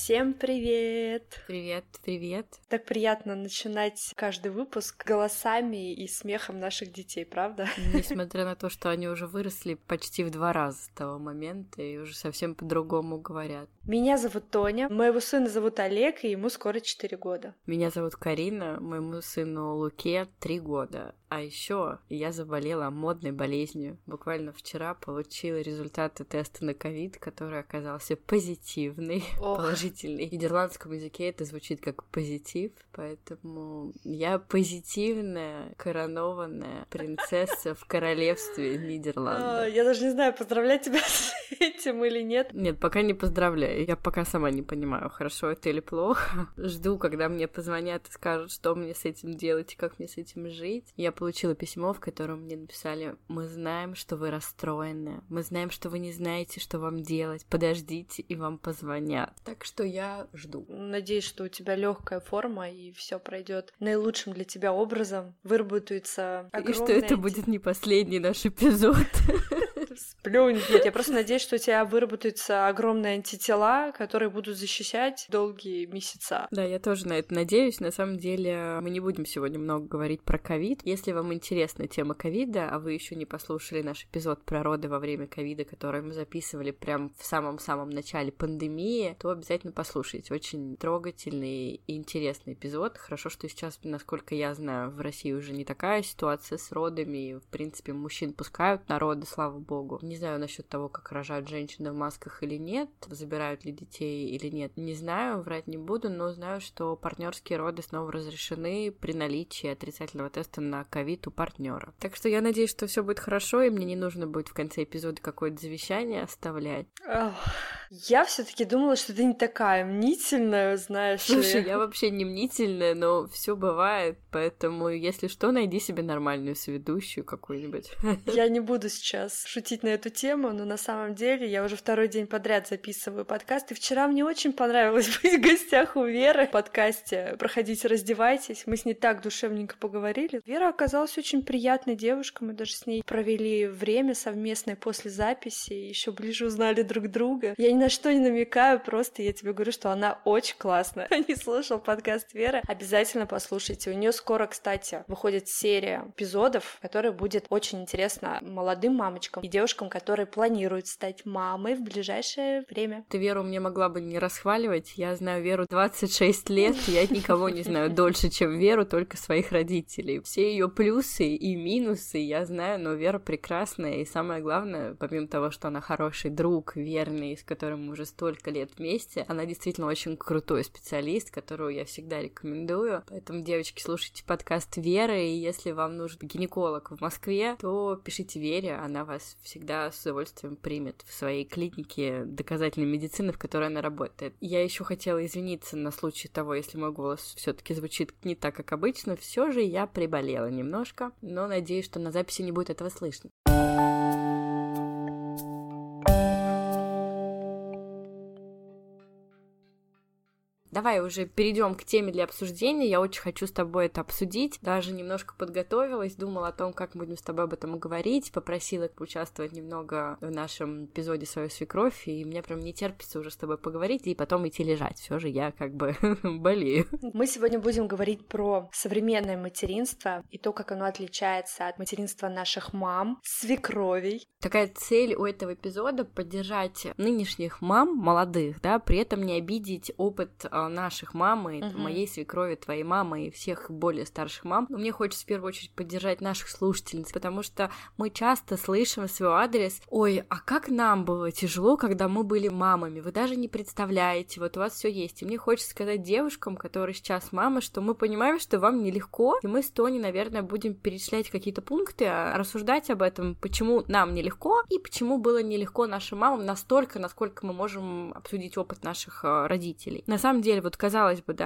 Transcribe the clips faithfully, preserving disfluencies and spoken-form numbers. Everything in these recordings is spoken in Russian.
Всем привет! Привет, привет! Так приятно начинать каждый выпуск голосами и смехом наших детей, правда? Несмотря на то, что они уже выросли почти в два раза с того момента и уже совсем по-другому говорят. Меня зовут Тоня, моего сына зовут Олег, и ему скоро четыре года. Меня зовут Карина, моему сыну Луке три года. А еще я заболела модной болезнью. Буквально вчера получила результаты теста на ковид, который оказался позитивный, Ох. положительный. В нидерландском языке это звучит как позитив, поэтому я позитивная, коронованная принцесса в королевстве Нидерландов. Я даже не знаю, поздравлять тебя с этим или нет. Нет, пока не поздравляю. Я пока сама не понимаю, хорошо это или плохо. Жду, когда мне позвонят и скажут, что мне с этим делать и как мне с этим жить. Я получила письмо, в котором мне написали: мы знаем, что вы расстроены, мы знаем, что вы не знаете, что вам делать, подождите, и вам позвонят. Так что я жду. Надеюсь, что у тебя легкая форма и все пройдет наилучшим для тебя образом, выработаются огромные... И что это будет не последний наш эпизод. Сплюнь. Нет, я просто надеюсь, что у тебя выработаются огромные антитела, которые будут защищать долгие месяца. Да, я тоже на это надеюсь. На самом деле, мы не будем сегодня много говорить про ковид. Если вам интересна тема ковида, а вы еще не послушали наш эпизод про роды во время ковида, который мы записывали прям в самом-самом начале пандемии, то обязательно послушайте. Очень трогательный и интересный эпизод. Хорошо, что сейчас, насколько я знаю, в России уже не такая ситуация с родами. В принципе, мужчин пускают на роды, слава богу. Не знаю насчет того, как рожают женщины в масках или нет, забирают ли детей или нет, не знаю, врать не буду, но знаю, что партнерские роды снова разрешены при наличии отрицательного теста на ковид у партнера. Так что я надеюсь, что все будет хорошо, и мне не нужно будет в конце эпизода какое-то завещание оставлять. Ох, я все-таки думала, что ты не такая мнительная, знаешь ли. Слушай, я вообще не мнительная, но все бывает, поэтому, если что, найди себе нормальную соведущую какую-нибудь. Я не буду сейчас шутить на эту тему, но на самом деле я уже второй день подряд записываю подкаст, и вчера мне очень понравилось быть в гостях у Веры в подкасте «Проходите, раздевайтесь». Мы с ней так душевненько поговорили. Вера оказалась очень приятной девушкой, мы даже с ней провели время совместное после записи, еще ближе узнали друг друга. Я ни на что не намекаю, просто я тебе говорю, что она очень классная. Не слушал подкаст Веры, обязательно послушайте. У нее скоро, кстати, выходит серия эпизодов, которая будет очень интересна молодым мамочкам и девушкам, которые планируют стать мамой в ближайшее время. Ты Веру мне могла бы не расхваливать. Я знаю Веру двадцать шесть лет, я никого не знаю дольше, чем Веру, только своих родителей. Все ее плюсы и минусы я знаю, но Вера прекрасная, и самое главное, помимо того, что она хороший друг, верный, с которым мы уже столько лет вместе, она действительно очень крутой специалист, которого я всегда рекомендую. Поэтому, девочки, слушайте подкаст Веры, и если вам нужен гинеколог в Москве, то пишите Вере, она вас всегда с удовольствием примет в своей клинике доказательной медицины, в которой она работает. Я еще хотела извиниться на случай того, если мой голос все-таки звучит не так, как обычно. Все же я приболела немножко, но надеюсь, что на записи не будет этого слышно. Давай уже перейдем к теме для обсуждения. Я очень хочу с тобой это обсудить. Даже немножко подготовилась, думала о том, как мы будем с тобой об этом говорить. Попросила поучаствовать немного в нашем эпизоде «Свою свекровь», и мне прям не терпится уже с тобой поговорить и потом идти лежать. Все же я как бы болею. Мы сегодня будем говорить про современное материнство и то, как оно отличается от материнства наших мам, свекровей. Такая цель у этого эпизода — поддержать нынешних мам, молодых, да, при этом не обидеть опыт наших мам, и uh-huh. моей свекрови, твоей мамы и всех более старших мам. Но мне хочется в первую очередь поддержать наших слушательниц, потому что мы часто слышим в свой адрес: ой, а как нам было тяжело, когда мы были мамами, вы даже не представляете, вот у вас все есть. И мне хочется сказать девушкам, которые сейчас мамы, что мы понимаем, что вам нелегко, и мы с Тони, наверное, будем перечислять какие-то пункты, рассуждать об этом, почему нам нелегко, и почему было нелегко нашим мамам настолько, насколько мы можем обсудить опыт наших родителей. На самом деле, вот казалось бы, да,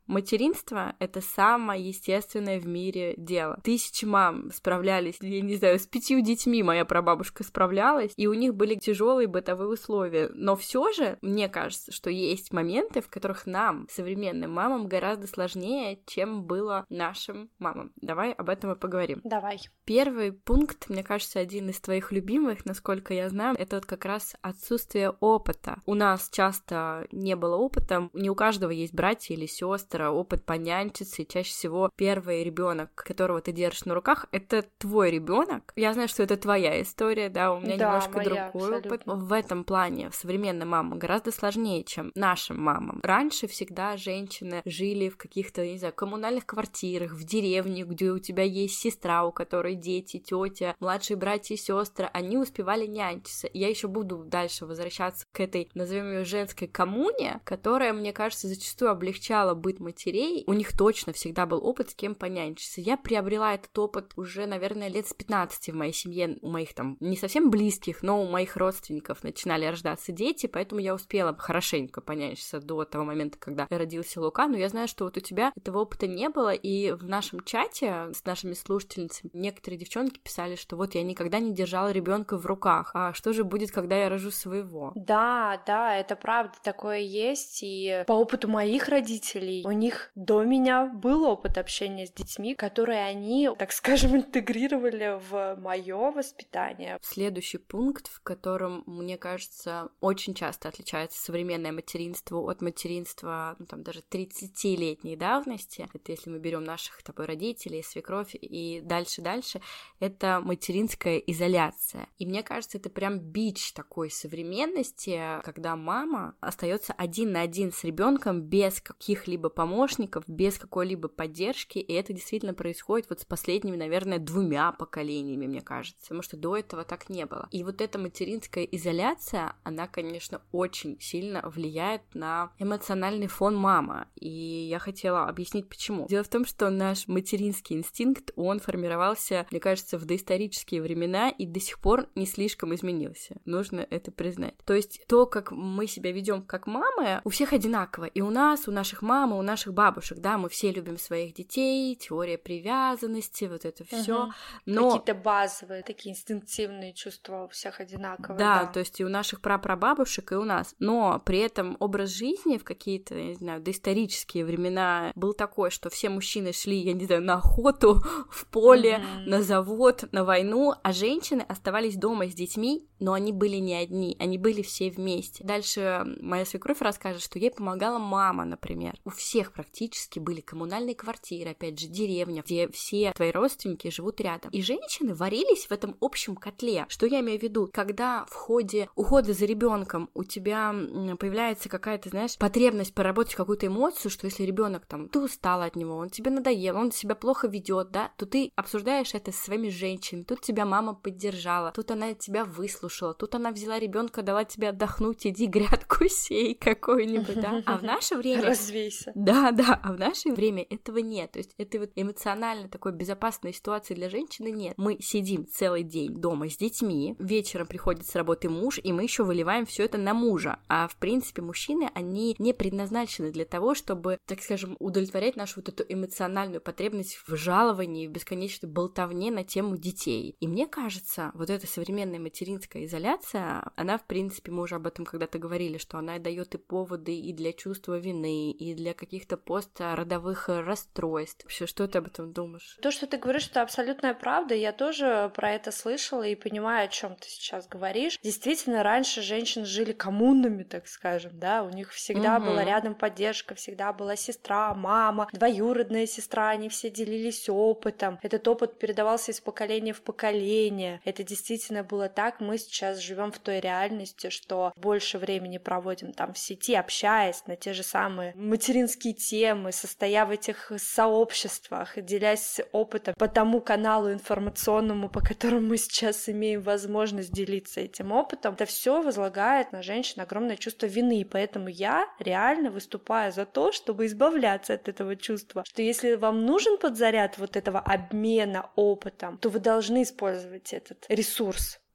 Материнство — это самое естественное в мире дело. Тысячи мам справлялись, я не знаю, с пятью детьми моя прабабушка справлялась, и у них были тяжелые бытовые условия. Но все же, мне кажется, что есть моменты, в которых нам, современным мамам, гораздо сложнее, чем было нашим мамам. Давай об этом и поговорим. Давай. Первый пункт, мне кажется, один из твоих любимых, насколько я знаю, это вот как раз отсутствие опыта. У нас часто не было опыта, не у каждого есть братья или сестры, опыт понянчиться, и чаще всего первый ребенок, которого ты держишь на руках, это твой ребенок. Я знаю, что это твоя история, да, у меня да, немножко моя, другой абсолютно. опыт. В этом плане современным мамам гораздо сложнее, чем нашим мамам. Раньше всегда женщины жили в каких-то, не знаю, коммунальных квартирах, в деревне, где у тебя есть сестра, у которой дети, тетя, младшие братья и сестры, они успевали нянчиться. Я еще буду дальше возвращаться к этой, назовем ее, женской коммуне, которая, мне кажется, зачастую облегчала быт матерей. У них точно всегда был опыт, с кем понянчиться. Я приобрела этот опыт уже, наверное, лет с пятнадцати в моей семье, у моих там не совсем близких, но у моих родственников начинали рождаться дети, поэтому я успела хорошенько понянчиться до того момента, когда родился Лука, но я знаю, что вот у тебя этого опыта не было, и в нашем чате с нашими слушательницами некоторые девчонки писали, что вот я никогда не держала ребенка в руках, а что же будет, когда я рожу своего? Да, да, это правда, такое есть, и по опыту моих родителей, у них до меня был опыт общения с детьми, которые они, так скажем, интегрировали в мое воспитание. Следующий пункт, в котором, мне кажется, очень часто отличается современное материнство от материнства, ну, там, даже тридцатилетней давности, это если мы берем наших тобой родителей, свекровь и дальше-дальше, это материнская изоляция. И мне кажется, это прям бич такой современности, когда мама остается один на один с ребенком без каких-либо помощников, без какой-либо поддержки, и это действительно происходит вот с последними, наверное, двумя поколениями, мне кажется, потому что до этого так не было. И вот эта материнская изоляция, она, конечно, очень сильно влияет на эмоциональный фон мамы, и я хотела объяснить, почему. Дело в том, что наш материнский инстинкт, он формировался, мне кажется, в доисторические времена и до сих пор не слишком изменился. Нужно это признать. То есть то, как мы себя ведем как мамы, у всех одинаково. И у нас, у наших мам, и у наших бабушек, да, мы все любим своих детей, теория привязанности, вот это все. Угу. Но... Какие-то базовые, такие инстинктивные чувства у всех одинаковые. Да, Да, то есть и у наших прапрабабушек, и у нас. Но при этом образ жизни в какие-то, я не знаю, доисторические времена был такой, что все мужчины шли, я не знаю, на охоту, в поле, mm-hmm. на завод, на войну, а женщины оставались дома с детьми, но они были не одни, они были все вместе. Дальше моя свекровь расскажет, что ей помогала мама, например. У всех практически были коммунальные квартиры, опять же, деревня, где все твои родственники живут рядом. И женщины варились в этом общем котле. Что я имею в виду? Когда в ходе ухода за ребенком у тебя появляется какая-то, знаешь, потребность поработать какую-то эмоцию, что если ребенок там, ты устала от него, он тебе надоел, он себя плохо ведет, да, то ты обсуждаешь это со своими женщинами. Тут тебя мама поддержала, тут она тебя выслушала, тут она взяла ребенка, дала тебе отдохнуть, иди грядку сей какой-нибудь, да. А в наше время... Развейся. Да, да, а в наше время этого нет. То есть этой вот эмоционально такой безопасной ситуации для женщины нет. Мы сидим целый день дома с детьми, вечером приходит с работы муж, и мы еще выливаем все это на мужа. А в принципе мужчины, они не предназначены для того, чтобы, так скажем, удовлетворять нашу вот эту эмоциональную потребность в жаловании, в бесконечной болтовне на тему детей. И мне кажется, вот эта современная материнская изоляция, она, в принципе, мы уже об этом когда-то говорили, что она дает и поводы и для чувства вины, и для каких-то постродовых расстройств. Вообще, что ты об этом думаешь? То, что ты говоришь, это абсолютная правда. Я тоже про это слышала и понимаю, о чем ты сейчас говоришь. Действительно, раньше женщины жили коммунами, так скажем, да, у них всегда угу. была рядом поддержка, всегда была сестра, мама, двоюродная сестра, они все делились опытом. Этот опыт передавался из поколения в поколение. Это действительно было так. Мы сейчас живем в той реальности, что больше времени проводим там в сети, общаясь на те же самые материнские темы, состоя в этих сообществах, делясь опытом по тому каналу информационному, по которому мы сейчас имеем возможность делиться этим опытом. Это все возлагает на женщин огромное чувство вины, и поэтому я реально выступаю за то, чтобы избавляться от этого чувства, что если вам нужен подзаряд вот этого обмена опытом, то вы должны использовать этот ресурс.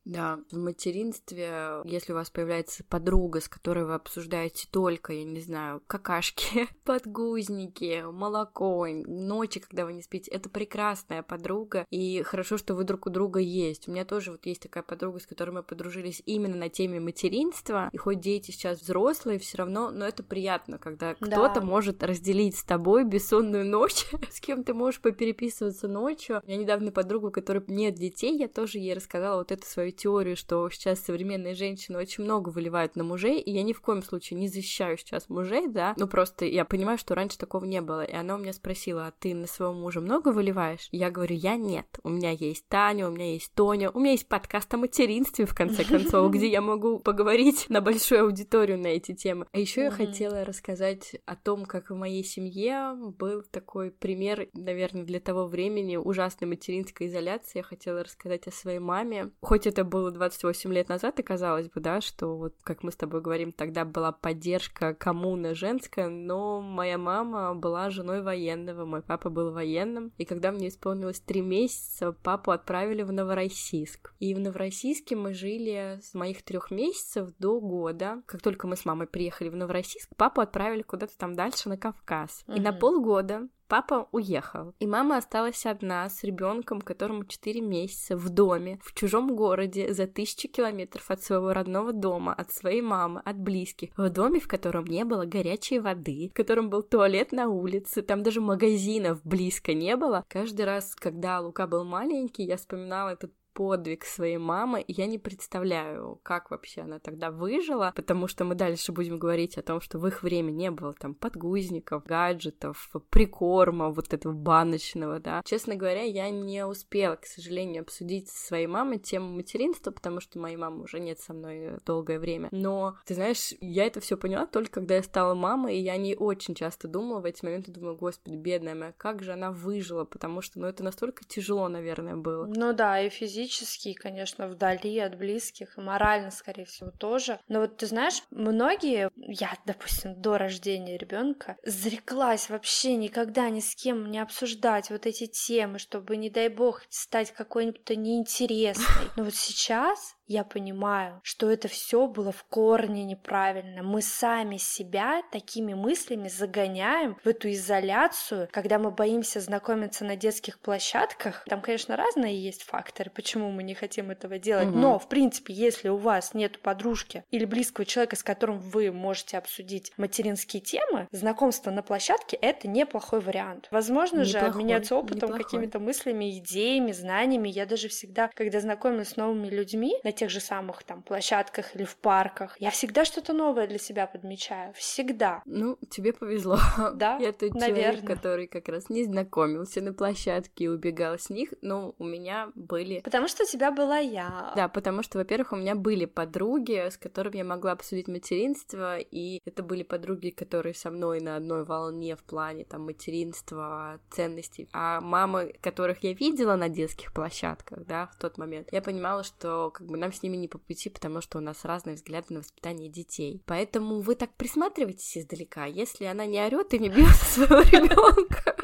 Да, в материнстве, если у вас появляется подруга, с которой вы обсуждаете только, я не знаю, какашки, подгузники, молоко, ночи, когда вы не спите, это прекрасная подруга, и хорошо, что вы друг у друга есть. У меня тоже вот есть такая подруга, с которой мы подружились именно на теме материнства, и хоть дети сейчас взрослые, все равно, но это приятно, когда да. кто-то может разделить с тобой бессонную ночь, с кем ты можешь попереписываться ночью. У меня недавно подруга, у которой нет детей, я тоже ей рассказала вот эту свою теорию, что сейчас современные женщины очень много выливают на мужей, и я ни в коем случае не защищаю сейчас мужей, да, ну просто я понимаю, что раньше такого не было, и она у меня спросила: а ты на своего мужа много выливаешь? Я говорю: я нет, у меня есть Таня, у меня есть Тоня, у меня есть подкаст о материнстве, в конце концов, где я могу поговорить на большую аудиторию на эти темы. А еще я хотела рассказать о том, как в моей семье был такой пример, наверное, для того времени ужасной материнской изоляции. Я хотела рассказать о своей маме, хоть это было двадцать восемь лет назад, и казалось бы, да, что вот, как мы с тобой говорим, тогда была поддержка коммуна женская, но моя мама была женой военного, мой папа был военным, и когда мне исполнилось три месяца, папу отправили в Новороссийск. И в Новороссийске мы жили с моих трех месяцев до года. Как только мы с мамой приехали в Новороссийск, папу отправили куда-то там дальше на Кавказ. Mm-hmm. И на полгода папа уехал, и мама осталась одна с ребенком, которому четыре месяца, в доме, в чужом городе, за тысячу километров от своего родного дома, от своей мамы, от близких, в доме, в котором не было горячей воды, в котором был туалет на улице, там даже магазинов близко не было. Каждый раз, когда Лука был маленький, я вспоминала этот подвиг своей мамы, и я не представляю, как вообще она тогда выжила, потому что мы дальше будем говорить о том, что в их время не было там подгузников, гаджетов, прикорма вот этого баночного, да. Честно говоря, я не успела, к сожалению, обсудить со своей мамой тему материнства, потому что моей мамы уже нет со мной долгое время. Но, ты знаешь, я это все поняла только когда я стала мамой, и я о ней очень часто думала в эти моменты, думаю: господи, бедная моя, как же она выжила, потому что, ну, это настолько тяжело, наверное, было. Ну да, и физически, конечно, вдали от близких, и морально, скорее всего, тоже. Но вот ты знаешь, многие, я, допустим, до рождения ребенка зареклась вообще никогда ни с кем не обсуждать вот эти темы, чтобы, не дай бог, стать какой-нибудь неинтересной. Но вот сейчас я понимаю, что это все было в корне неправильно. Мы сами себя такими мыслями загоняем в эту изоляцию, когда мы боимся знакомиться на детских площадках. Там, конечно, разные есть факторы, почему мы не хотим этого делать. Угу. Но, в принципе, если у вас нет подружки или близкого человека, с которым вы можете обсудить материнские темы, знакомство на площадке — это неплохой вариант. Возможно неплохой, же обменяться опытом, неплохой. Какими-то мыслями, идеями, знаниями. Я даже всегда, когда знакомлюсь с новыми людьми на тех же самых там площадках или в парках, я всегда что-то новое для себя подмечаю. Всегда. Ну, тебе повезло. Да, я тот наверное. человек, который как раз не знакомился на площадке и убегал с них, но у меня были... Потому что у тебя была я. Да, потому что, во-первых, у меня были подруги, с которыми я могла обсудить материнство, и это были подруги, которые со мной на одной волне в плане там материнства, ценностей. А мамы, которых я видела на детских площадках, да, в тот момент, я понимала, что как бы нам с ними не по пути, потому что у нас разные взгляды на воспитание детей. Поэтому вы так присматриваетесь издалека. Если она не орёт и не бьет своего ребенка,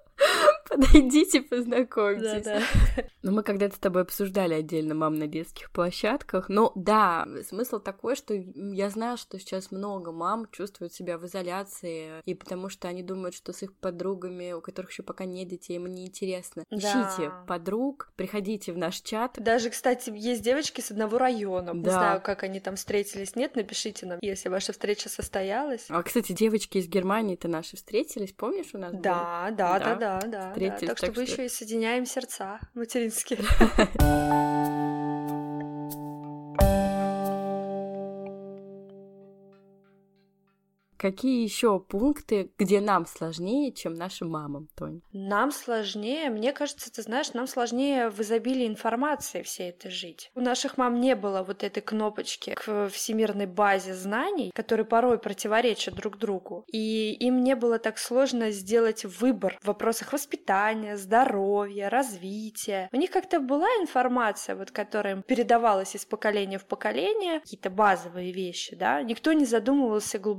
подойдите, познакомьтесь. Да, да. Но мы когда-то с тобой обсуждали отдельно мам на детских площадках. Но да, смысл такой, что я знаю, что сейчас много мам чувствуют себя в изоляции, и потому что они думают, что с их подругами, у которых еще пока нет детей, им неинтересно. Да. Ищите подруг, приходите в наш чат. Даже, кстати, есть девочки с одного района. Да. Не знаю, как они там встретились. Нет, напишите нам, если ваша встреча состоялась. А, кстати, девочки из Германии-то наши встретились, помнишь, у нас Да, были? да, да, да, да. Да, так, так что мы еще и соединяем сердца материнские. Какие еще пункты, где нам сложнее, чем нашим мамам, Тонь? Нам сложнее, мне кажется, ты знаешь, нам сложнее в изобилии информации всей этой жить. У наших мам не было вот этой кнопочки к всемирной базе знаний, которые порой противоречат друг другу. И им не было так сложно сделать выбор в вопросах воспитания, здоровья, развития. У них как-то была информация, вот, которая им передавалась из поколения в поколение, какие-то базовые вещи, да. Никто не задумывался глубоко о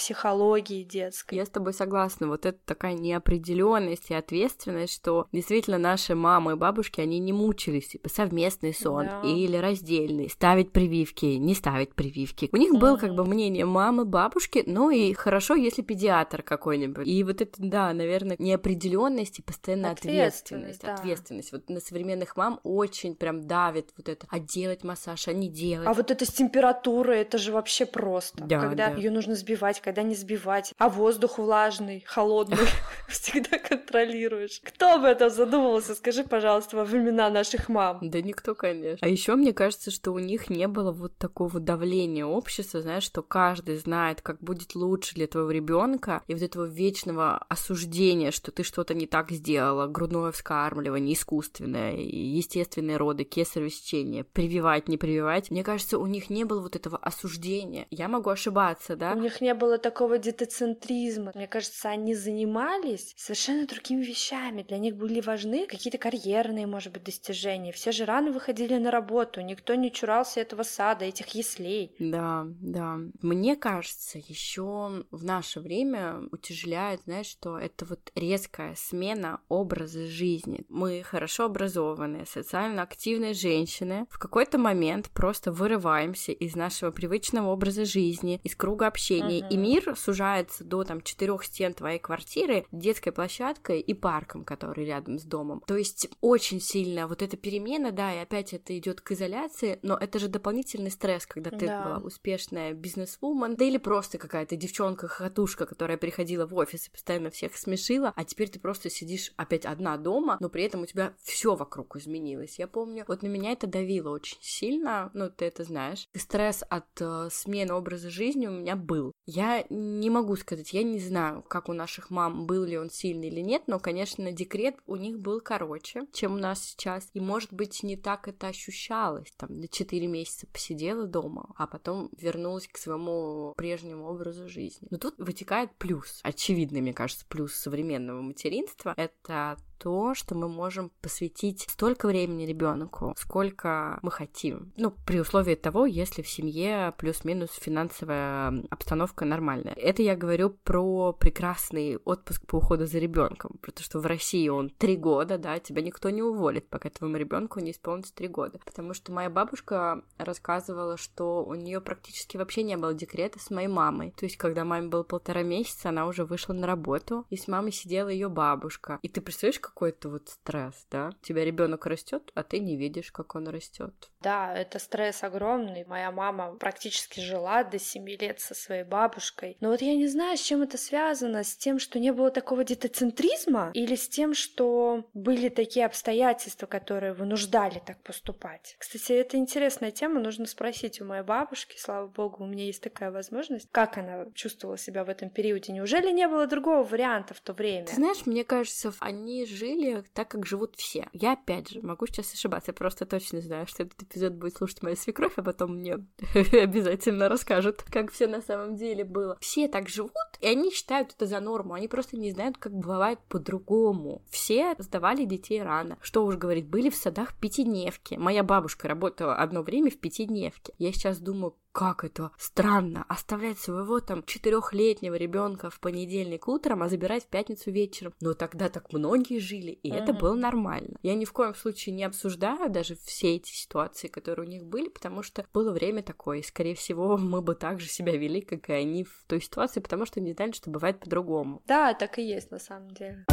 психологии детской. Я с тобой согласна. Вот это такая неопределенность и ответственность, что действительно наши мамы и бабушки, они не мучились, типа, совместный сон Да. или раздельный, ставить прививки, не ставить прививки. У них mm-hmm. было как бы мнение мамы, бабушки, ну и хорошо, если педиатр какой-нибудь. И вот это, да, наверное, неопределенность и постоянная ответственность. Ответственность, да. Ответственность. Вот на современных мам очень прям давит вот это, а делать массаж, а не делать. А вот это с температурой, это же вообще просто. Да, когда да. ее нужно сбивать, когда не сбивать. А воздух влажный, холодный всегда контролируешь. Кто об этом задумывался? Скажи, пожалуйста, во времена наших мам. Да никто, конечно. А еще мне кажется, что у них не было вот такого давления общества, знаешь, что каждый знает, как будет лучше для твоего ребенка, и вот этого вечного осуждения, что ты что-то не так сделала, грудное вскармливание, искусственное, естественные роды, кесарево сечение, прививать, не прививать. Мне кажется, у них не было вот этого осуждения. Я могу ошибаться, да? У них не было такого детоцентризма. Мне кажется, они занимались совершенно другими вещами. Для них были важны какие-то карьерные, может быть, достижения. Все же рано выходили на работу, никто не чурался этого сада, этих яслей. Да, да. Мне кажется, еще в наше время утяжеляет, знаешь, что это вот резкая смена образа жизни. Мы хорошо образованные, социально активные женщины. В какой-то момент просто вырываемся из нашего привычного образа жизни, из круга общения, uh-huh. и мир сужается до там четырех стен твоей квартиры, детской площадкой и парком, который рядом с домом. То есть очень сильно вот эта перемена, да, и опять это идет к изоляции, но это же дополнительный стресс, когда ты да. была успешная бизнес-вумен, да или просто какая-то девчонка-хохотушка, которая приходила в офис и постоянно всех смешила, а теперь ты просто сидишь опять одна дома, но при этом у тебя все вокруг изменилось. Я помню, вот на меня это давило очень сильно, ну ты это знаешь. И стресс от э, смены образа жизни у меня был. Я не могу сказать, я не знаю, как у наших мам, был ли он сильный или нет, но, конечно, декрет у них был короче, чем у нас сейчас, и, может быть, не так это ощущалось. Там, на четыре месяца посидела дома, а потом вернулась к своему прежнему образу жизни. Но тут вытекает плюс. Очевидный, мне кажется, плюс современного материнства — это то, что мы можем посвятить столько времени ребенку, сколько мы хотим. Ну, при условии того, если в семье плюс-минус финансовая обстановка нормальная. Это я говорю про прекрасный отпуск по уходу за ребенком, потому что в России он три года, да, тебя никто не уволит, пока твоему ребенку не исполнится три года. Потому что моя бабушка рассказывала, что у нее практически вообще не было декрета с моей мамой. То есть, когда маме было полтора месяца, она уже вышла на работу, и с мамой сидела ее бабушка. И ты представляешь, какой-то вот стресс, да? У тебя ребенок растет, а ты не видишь, как он растет. Да, это стресс огромный. Моя мама практически жила до семи лет со своей бабушкой. Но вот я не знаю, с чем это связано, с тем, что не было такого детоцентризма, или с тем, что были такие обстоятельства, которые вынуждали так поступать. Кстати, это интересная тема, нужно спросить у моей бабушки, слава богу, у меня есть такая возможность, как она чувствовала себя в этом периоде. Неужели не было другого варианта в то время? Ты знаешь, мне кажется, они жили так, как живут все. Я, опять же, могу сейчас ошибаться, я просто точно знаю, что этот эпизод будет слушать моя свекровь, а потом мне обязательно расскажут, как все на самом деле было. Все так живут, и они считают это за норму, они просто не знают, как бывает по-другому. Все сдавали детей рано. Что уж говорить, были в садах пятидневки. Моя бабушка работала одно время в пятидневке. Я сейчас думаю, как это странно, оставлять своего там четырехлетнего ребенка в понедельник утром, а забирать в пятницу вечером. Но тогда так многие жили, и uh-huh. это было нормально. Я ни в коем случае не обсуждаю даже все эти ситуации, которые у них были, потому что было время такое, и, скорее всего, мы бы так же себя вели, как и они в той ситуации, потому что не знали, что бывает по-другому. Да, так и есть на самом деле.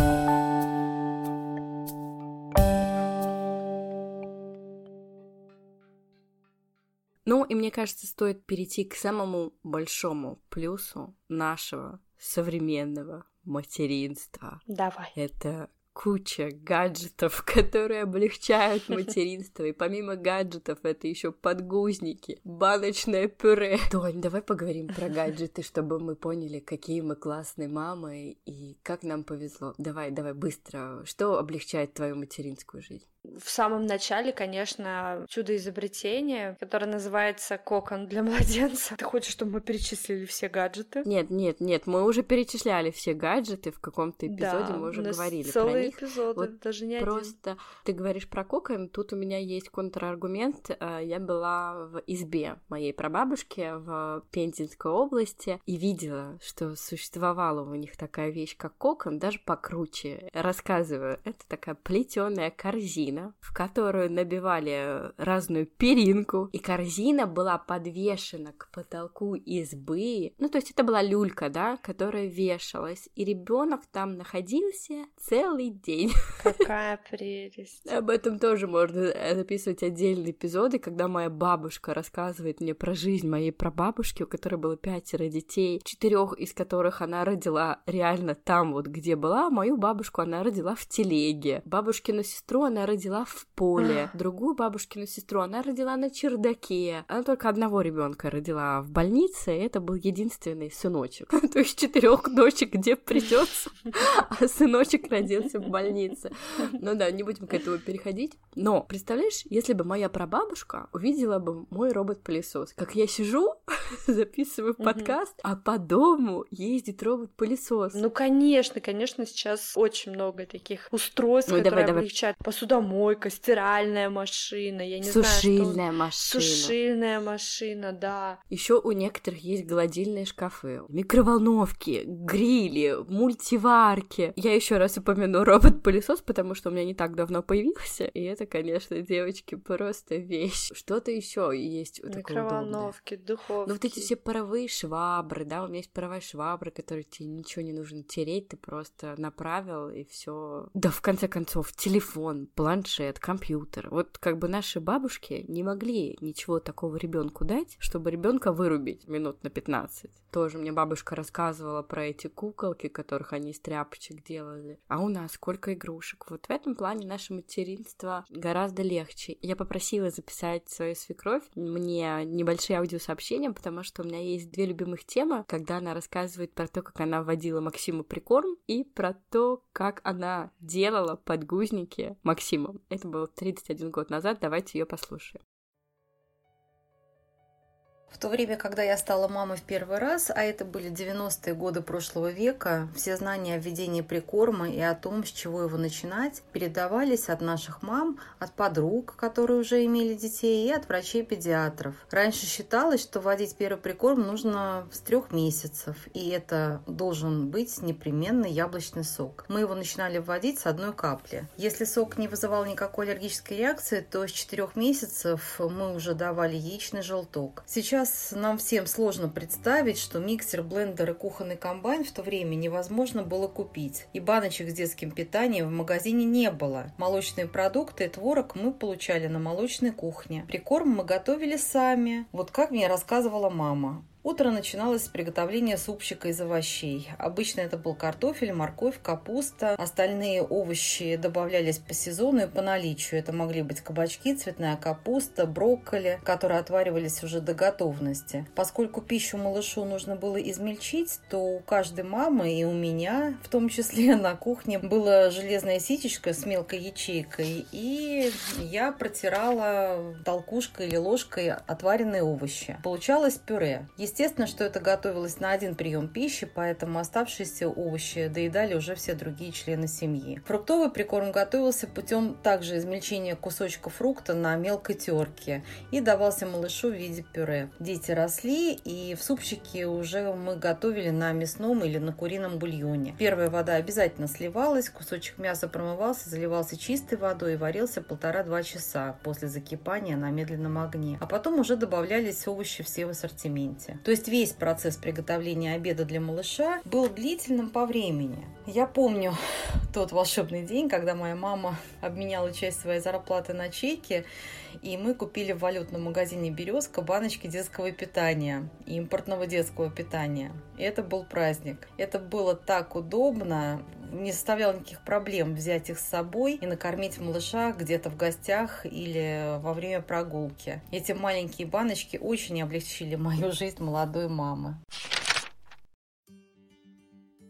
Ну, и мне кажется, стоит перейти к самому большому плюсу нашего современного материнства. Давай. Это куча гаджетов, которые облегчают материнство. И помимо гаджетов, это еще подгузники, баночное пюре. Тонь, давай поговорим про гаджеты, чтобы мы поняли, какие мы классные мамы и как нам повезло. Давай, давай, быстро. Что облегчает твою материнскую жизнь? В самом начале, конечно, чудо изобретения, которое называется «Кокон для младенца». Ты хочешь, чтобы мы перечислили все гаджеты? Нет, нет, нет, мы уже перечисляли все гаджеты в каком-то эпизоде, да, мы уже у нас говорили целые про них. эпизоды, Вот даже не просто один. Ты говоришь про кокон, тут у меня есть контраргумент. Я была в избе моей прабабушки в Пензенской области и видела, что существовала у них такая вещь, как кокон, даже покруче. Рассказываю, это такая плетеная корзина, в которую набивали разную перинку, и корзина была подвешена к потолку избы. Ну, то есть это была люлька, да, которая вешалась, и ребенок там находился целый день. Какая прелесть. Об этом тоже можно записывать отдельные эпизоды, когда моя бабушка рассказывает мне про жизнь моей прабабушки, у которой было пятеро детей, четырех из которых она родила реально там вот, где была. Мою бабушку она родила в телеге. Бабушкину сестру она родила в поле. Другую бабушкину сестру она родила на чердаке. Она только одного ребенка родила в больнице, и это был единственный сыночек. То есть четырех дочек где придется, а сыночек родился в больнице. Ну да, не будем к этому переходить. Но, представляешь, если бы моя прабабушка увидела бы мой робот-пылесос, как я сижу, записываю подкаст, а по дому ездит робот-пылесос. Ну, конечно, конечно, сейчас очень много таких устройств, ну, которые давай, облегчают. Давай. Посудомойка, стиральная машина, я не Сушильная знаю, что... машина. Сушильная машина, да. Еще у некоторых есть гладильные шкафы, микроволновки, грили, мультиварки. Я еще раз упомяну робот-пылесос, потому что у меня не так давно появился, и это, конечно, девочки, просто вещь. Что-то еще есть такое удобное. Микроволновки, духовки. Ну вот эти все паровые швабры, да, у меня есть паровая швабра, которой тебе ничего не нужно тереть, ты просто направил и все. Да, в конце концов, телефон, планшет, компьютер. Вот как бы наши бабушки не могли ничего такого ребенку дать, чтобы ребенка вырубить минут на пятнадцать. Тоже мне бабушка рассказывала про эти куколки, которых они из тряпочек делали. А у нас сколько игрушек. Вот в этом плане наше материнство гораздо легче. Я попросила записать свою свекровь мне небольшие аудиосообщения, потому что у меня есть две любимых темы, когда она рассказывает про то, как она вводила Максиму прикорм, и про то, как она делала подгузники Максиму. Это было тридцать один год назад, давайте ее послушаем. В то время, когда я стала мамой в первый раз, а это были девяностые годы прошлого века, все знания о введении прикорма и о том, с чего его начинать, передавались от наших мам, от подруг, которые уже имели детей, и от врачей-педиатров. Раньше считалось, что вводить первый прикорм нужно с трех месяцев, и это должен быть непременно яблочный сок. Мы его начинали вводить с одной капли. Если сок не вызывал никакой аллергической реакции, то с четырех месяцев мы уже давали яичный желток. Сейчас нам всем сложно представить, что миксер, блендер и кухонный комбайн в то время невозможно было купить. И баночек с детским питанием в магазине не было. Молочные продукты и творог мы получали на молочной кухне. Прикорм мы готовили сами. Вот как мне рассказывала мама. Утро начиналось с приготовления супчика из овощей. Обычно это был картофель, морковь, капуста. Остальные овощи добавлялись по сезону и по наличию. Это могли быть кабачки, цветная капуста, брокколи, которые отваривались уже до готовности. Поскольку пищу малышу нужно было измельчить, то у каждой мамы и у меня, в том числе на кухне, было железное ситечко с мелкой ячейкой, и я протирала толкушкой или ложкой отваренные овощи. Получалось пюре. Естественно, что это готовилось на один прием пищи, поэтому оставшиеся овощи доедали уже все другие члены семьи. Фруктовый прикорм готовился путем также измельчения кусочка фрукта на мелкой терке и давался малышу в виде пюре. Дети росли, и в супчике уже мы готовили на мясном или на курином бульоне. Первая вода обязательно сливалась, кусочек мяса промывался, заливался чистой водой и варился полтора-два часа после закипания на медленном огне. А потом уже добавлялись овощи все в ассортименте. То есть весь процесс приготовления обеда для малыша был длительным по времени. Я помню тот волшебный день, когда моя мама обменяла часть своей зарплаты на чеки, и мы купили в валютном магазине «Березка» баночки детского питания, импортного детского питания. И это был праздник. Это было так удобно, не составляло никаких проблем взять их с собой и накормить малыша где-то в гостях или во время прогулки. Эти маленькие баночки очень облегчили мою жизнь молодой мамы.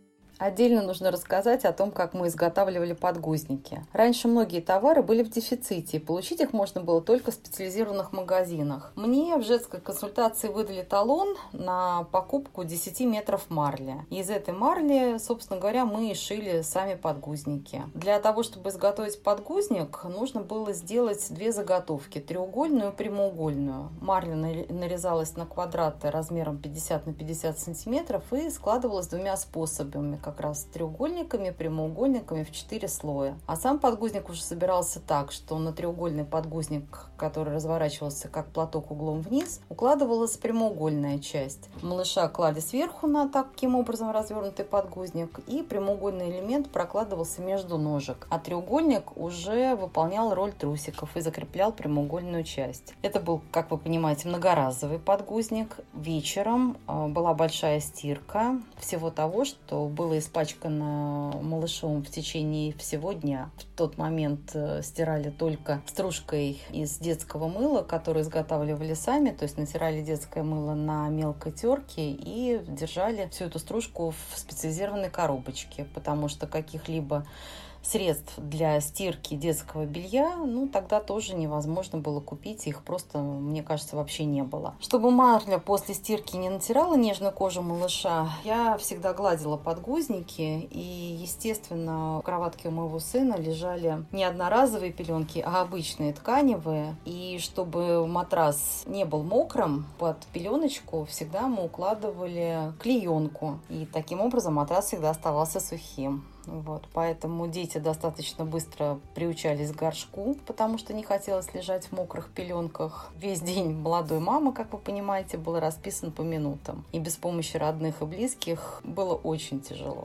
Отдельно нужно рассказать о том, как мы изготавливали подгузники. Раньше многие товары были в дефиците, и получить их можно было только в специализированных магазинах. Мне в женской консультации выдали талон на покупку десять метров марли. Из этой марли, собственно говоря, мы и шили сами подгузники. Для того, чтобы изготовить подгузник, нужно было сделать две заготовки – треугольную и прямоугольную. Марля нарезалась на квадраты размером пятьдесят на пятьдесят сантиметров и складывалась двумя способами – как раз треугольниками, прямоугольниками в четыре слоя. А сам подгузник уже собирался так, что на треугольный подгузник, который разворачивался как платок углом вниз, укладывалась прямоугольная часть. Малыша клали сверху на таким образом развернутый подгузник, и прямоугольный элемент прокладывался между ножек, а треугольник уже выполнял роль трусиков и закреплял прямоугольную часть. Это был, как вы понимаете, многоразовый подгузник. Вечером была большая стирка всего того, что было испачкано малышом в течение всего дня. В тот момент стирали только стружкой из детского мыла, которое изготавливали сами, то есть натирали детское мыло на мелкой терке и держали всю эту стружку в специализированной коробочке, потому что каких-либо средств для стирки детского белья, ну, тогда тоже невозможно было купить, их просто, мне кажется, вообще не было. Чтобы марля после стирки не натирала нежную кожу малыша, я всегда гладила подгузники, и, естественно, в кроватке у моего сына лежали не одноразовые пеленки, а обычные тканевые, и чтобы матрас не был мокрым, под пеленочку всегда мы укладывали клеенку, и таким образом матрас всегда оставался сухим. Вот, поэтому дети достаточно быстро приучались к горшку, потому что не хотелось лежать в мокрых пеленках. Весь день молодой мамы, как вы понимаете, был расписан по минутам. И без помощи родных и близких было очень тяжело.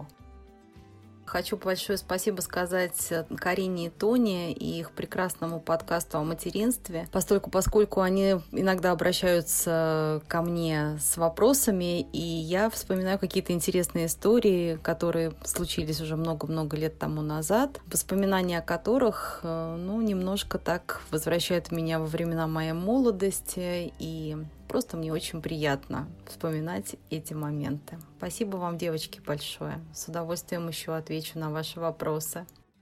Хочу большое спасибо сказать Карине и Тоне и их прекрасному подкасту о материнстве, поскольку, поскольку они иногда обращаются ко мне с вопросами, и я вспоминаю какие-то интересные истории, которые случились уже много-много лет тому назад, воспоминания о которых, ну, немножко так возвращают меня во времена моей молодости, и просто мне очень приятно вспоминать эти моменты. Спасибо вам, девочки, большое. С удовольствием еще отвечу на ваши вопросы.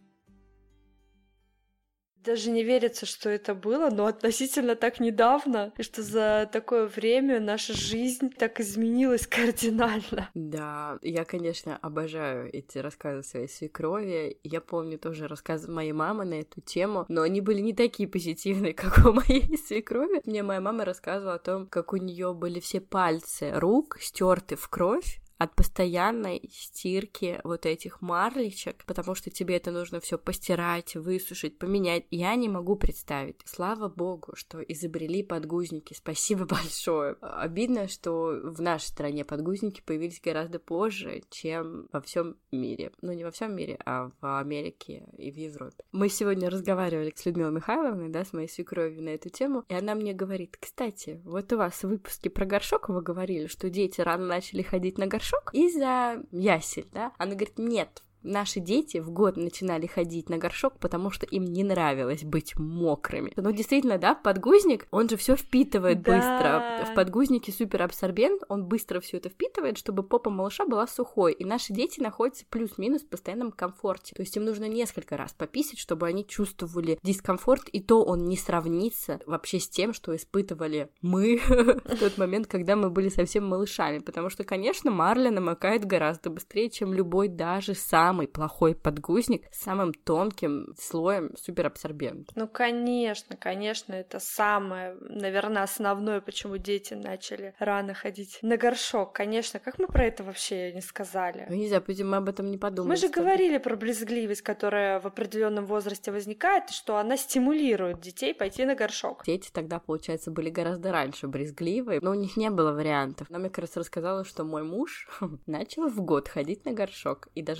Даже не верится, что это было, но относительно так недавно, и что за такое время наша жизнь так изменилась кардинально. Да, я, конечно, обожаю эти рассказы своей свекрови. Я помню тоже рассказы моей мамы на эту тему, но они были не такие позитивные, как у моей свекрови. Мне моя мама рассказывала о том, как у нее были все пальцы рук стерты в кровь от постоянной стирки вот этих марлечек, потому что тебе это нужно все постирать, высушить, поменять. Я не могу представить. Слава богу, что изобрели подгузники. Спасибо большое. Обидно, что в нашей стране подгузники появились гораздо позже, чем во всем мире. Ну, не во всем мире, а в Америке и в Европе. Мы сегодня разговаривали с Людмилой Михайловной, да, с моей свекровью на эту тему, и она мне говорит: кстати, вот у вас в выпуске про горшок вы говорили, что дети рано начали ходить на горшок из-за ясель, да? Она говорит: нет, наши дети в год начинали ходить на горшок, потому что им не нравилось быть мокрыми. Ну, действительно, да, подгузник, он же все впитывает да. быстро. В подгузнике суперабсорбент, он быстро все это впитывает, чтобы попа малыша была сухой. И наши дети находятся плюс-минус в постоянном комфорте. То есть им нужно несколько раз пописать, чтобы они чувствовали дискомфорт, и то он не сравнится вообще с тем, что испытывали мы в тот момент, когда мы были совсем малышами. Потому что, конечно, марля намокает гораздо быстрее, чем любой даже сам самый плохой подгузник с самым тонким слоем суперабсорбента. Ну, конечно, конечно, это самое, наверное, основное, почему дети начали рано ходить на горшок. Конечно, как мы про это вообще не сказали? Ну, не знаю, мы об этом не подумали. Мы же говорили про брезгливость, которая в определенном возрасте возникает, и что она стимулирует детей пойти на горшок. Дети тогда, получается, были гораздо раньше брезгливые, но у них не было вариантов. Она мне как раз рассказала, что мой муж начал в год ходить на горшок, и даже рассказал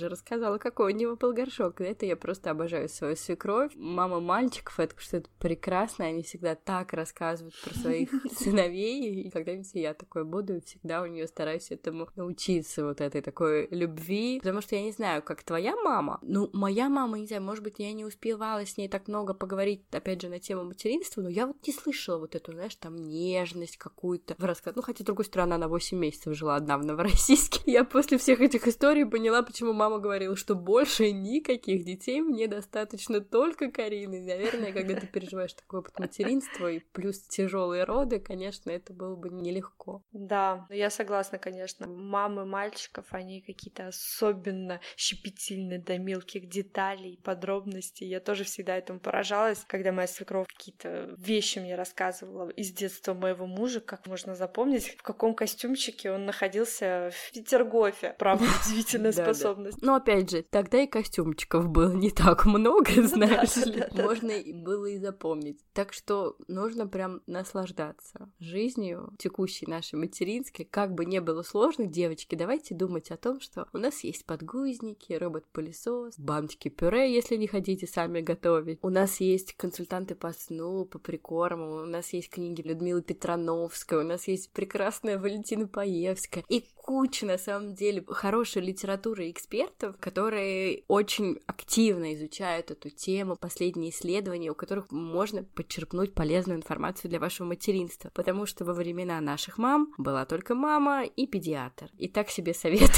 сказала, какой у него был горшок. Это я просто обожаю свою свекровь. Мама мальчиков, это что-то прекрасное, они всегда так рассказывают про своих сыновей, и когда-нибудь я такое буду, и всегда у нее стараюсь этому научиться, вот этой такой любви, потому что я не знаю, как твоя мама, ну, моя мама, не знаю, может быть, я не успевала с ней так много поговорить, опять же, на тему материнства, но я вот не слышала вот эту, знаешь, там, нежность какую-то в рассказ. Ну, хотя, с другой стороны, она восемь месяцев жила одна в Новороссийске. Я после всех этих историй поняла, почему мама говорила, что больше никаких детей мне достаточно только Карины. Наверное, когда ты переживаешь такой опыт материнства и плюс тяжелые роды, конечно, это было бы нелегко. Да, я согласна, конечно. Мамы мальчиков, они какие-то особенно щепетильны до мелких деталей, подробностей. Я тоже всегда этому поражалась, когда моя свекровь какие-то вещи мне рассказывала из детства моего мужа, как можно запомнить, в каком костюмчике он находился в Петергофе. Правда, удивительная способность. Но опять же, тогда и костюмчиков было не так много, знаешь ли. Можно было и запомнить. Так что нужно прям наслаждаться жизнью текущей нашей материнской. Как бы не было сложно, девочки, давайте думать о том, что у нас есть подгузники, робот-пылесос, баночки пюре, если не хотите сами готовить. У нас есть консультанты по сну, по прикорму, у нас есть книги Людмилы Петрановской, у нас есть прекрасная Валентина Паевская и куча, на самом деле, хорошей литературы и экспертов, которые очень активно изучают эту тему, последние исследования, у которых можно подчерпнуть полезную информацию для вашего материнства, потому что во времена наших мам была только мама и педиатр. И так себе совет.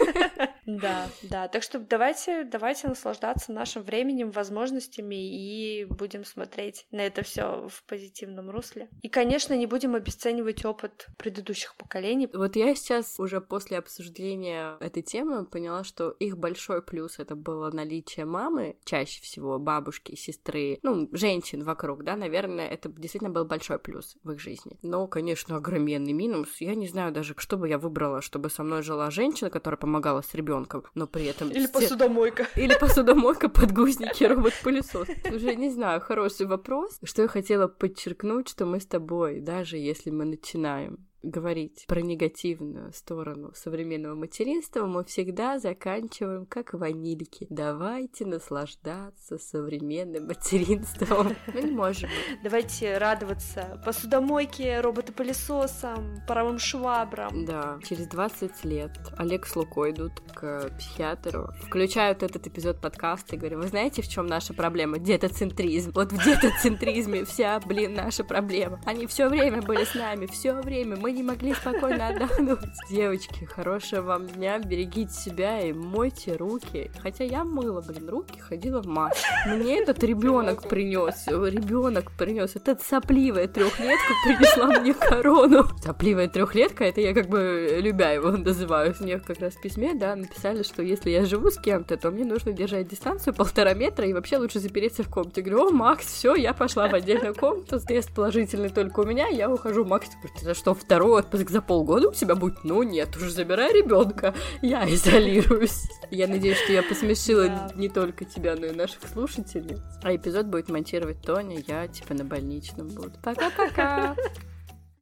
Да, да. Так что давайте, давайте наслаждаться нашим временем, возможностями и будем смотреть на это все в позитивном русле. И, конечно, не будем обесценивать опыт предыдущих поколений. Вот я сейчас уже после обсуждения этой темы поняла, что их большой плюс — это было наличие мамы, чаще всего бабушки, сестры, ну, женщин вокруг, да, наверное, это действительно был большой плюс в их жизни. Но, конечно, огроменный минус. Я не знаю даже, что бы я выбрала, чтобы со мной жила женщина, которая помогала с ребенком, но при этом... Или посудомойка. Или посудомойка, подгузники, робот-пылесос. Уже не знаю, хороший вопрос. Что я хотела подчеркнуть, что мы с тобой, даже если мы начинаем говорить про негативную сторону современного материнства, мы всегда заканчиваем как ванильки. Давайте наслаждаться современным материнством. Мы не можем. Давайте радоваться посудомойке, роботопылесосам, паровым швабрам. Да. Через двадцать лет Олег с Лукой идут к психиатру, включают этот эпизод подкаста и говорят: вы знаете, в чем наша проблема? Детоцентризм. Вот в детоцентризме вся, блин, наша проблема. Они все время были с нами, все время. Мы не могли спокойно отдохнуть. Девочки, хорошего вам дня, берегите себя и мойте руки. Хотя я мыла, блин, руки, ходила в маске. Мне этот ребенок принес, ребенок принес. Этот сопливая трехлетка принесла мне корону. Сопливая трехлетка, это я как бы любя его называю. Мне как раз в письме, да, написали, что если я живу с кем-то, то мне нужно держать дистанцию полтора метра и вообще лучше запереться в комнате. Говорю: о, Макс, все, я пошла в отдельную комнату, тест положительный только у меня, я ухожу. Макс говорит: это что, второй отпуск за полгода у тебя будет? Ну нет, уже забирай ребенка, я изолируюсь. Я надеюсь, что я посмешила да. не только тебя, но и наших слушателей. А эпизод будет монтировать Тоня, я типа на больничном буду. Пока-пока!